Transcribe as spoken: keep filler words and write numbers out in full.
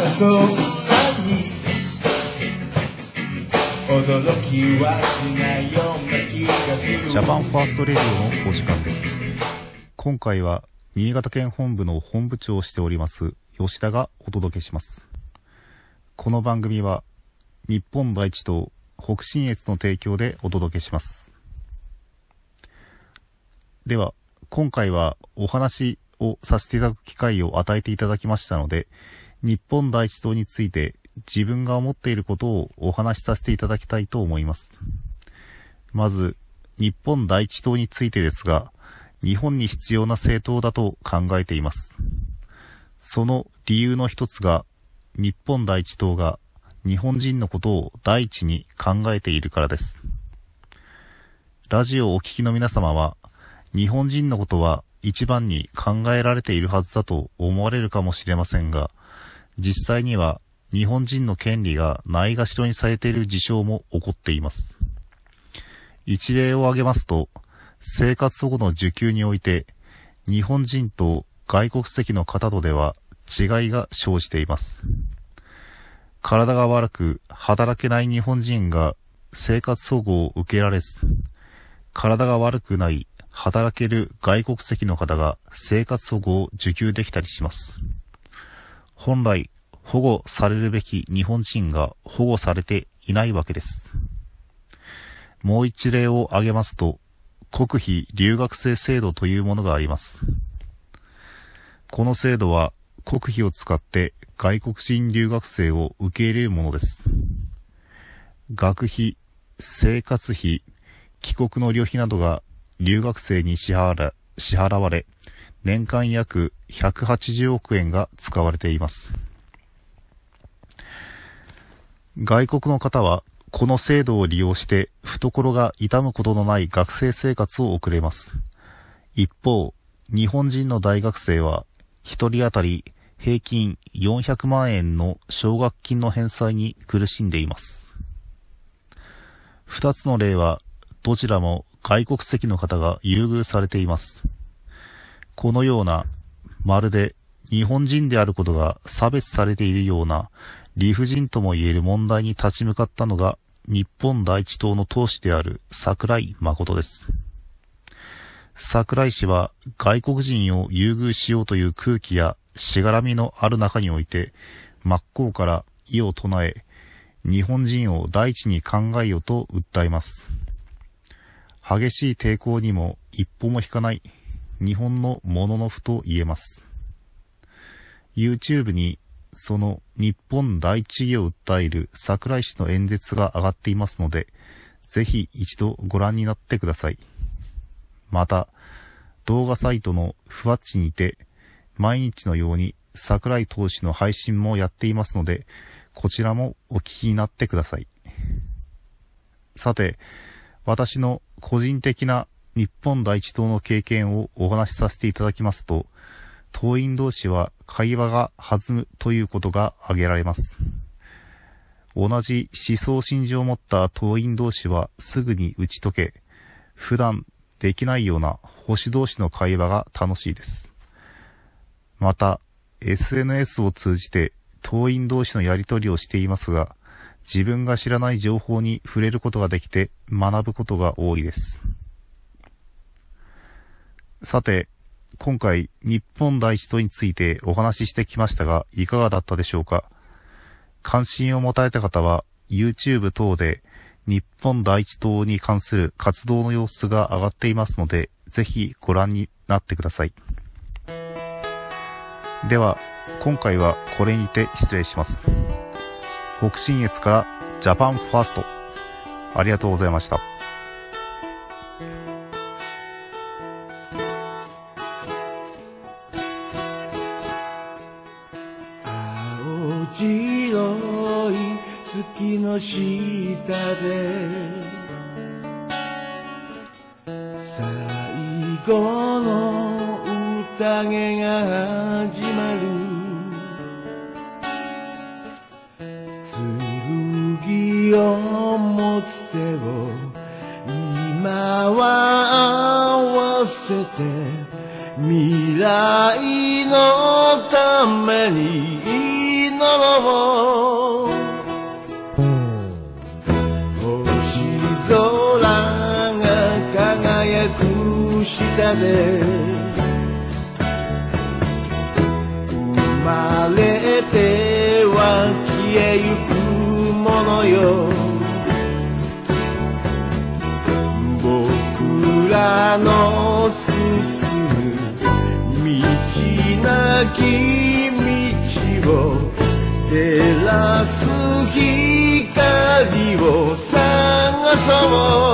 そんなに驚きはしないような気がする。 ジャパンファーストレディオのお時間です。今回は新潟県本部の本部長をしております吉田がお届けします。この番組は日本第一党北信越の提供でお届けします。では今回はお話をさせていただく機会を与えていただきましたので、日本第一党について自分が思っていることをお話しさせていただきたいと思います。まず日本第一党についてですが、日本に必要な政党だと考えています。その理由の一つが、日本第一党が日本人のことを第一に考えているからです。ラジオをお聞きの皆様は、日本人のことは一番に考えられているはずだと思われるかもしれませんが、実際には日本人の権利がないがしろにされている事象も起こっています。一例を挙げますと、生活保護の受給において、日本人と外国籍の方とでは違いが生じています。体が悪く働けない日本人が生活保護を受けられず、体が悪くない働ける外国籍の方が生活保護を受給できたりします。本来保護されるべき日本人が保護されていないわけです。もう一例を挙げますと、国費留学生制度というものがあります。この制度は国費を使って外国人留学生を受け入れるものです。学費、生活費、帰国の旅費などが留学生に支払、支払われ、年間約ひゃくはちじゅうおくえんが使われています。外国の方はこの制度を利用して懐が痛むことのない学生生活を送れます。一方、日本人の大学生は一人当たり平均よんひゃくまんえんの奨学金の返済に苦しんでいます。二つの例はどちらも外国籍の方が優遇されています。このようなまるで日本人であることが差別されているような理不尽とも言える問題に立ち向かったのが日本第一党の党首である桜井誠です。桜井氏は外国人を優遇しようという空気やしがらみのある中において真っ向から異を唱え、日本人を第一に考えよと訴えます。激しい抵抗にも一歩も引かない日本のもののふと言えます。YouTube にその日本第一義を訴える桜井氏の演説が上がっていますので、ぜひ一度ご覧になってください。また、動画サイトのふわっちにて、毎日のように桜井党首の配信もやっていますので、こちらもお聞きになってください。さて、私の個人的な日本第一党の経験をお話しさせていただきますと、党員同士は会話が弾むということが挙げられます。同じ思想信条を持った党員同士はすぐに打ち解け、普段できないような保守同士の会話が楽しいです。また エスエヌエス を通じて党員同士のやり取りをしていますが、自分が知らない情報に触れることができて学ぶことが多いです。さて、今回日本第一党についてお話ししてきましたが、いかがだったでしょうか。関心を持たれた方は YouTube 等で日本第一党に関する活動の様子が上がっていますので、ぜひご覧になってください。では今回はこれにて失礼します。北信越からジャパンファースト、ありがとうございました。 白い月の下で最後の宴が始まる。剣を持つ手を今は合わせて、未来のために祈ろう星空が輝く下で生まれては消えゆくものよ僕らの進む道なき道を照らす光を探そう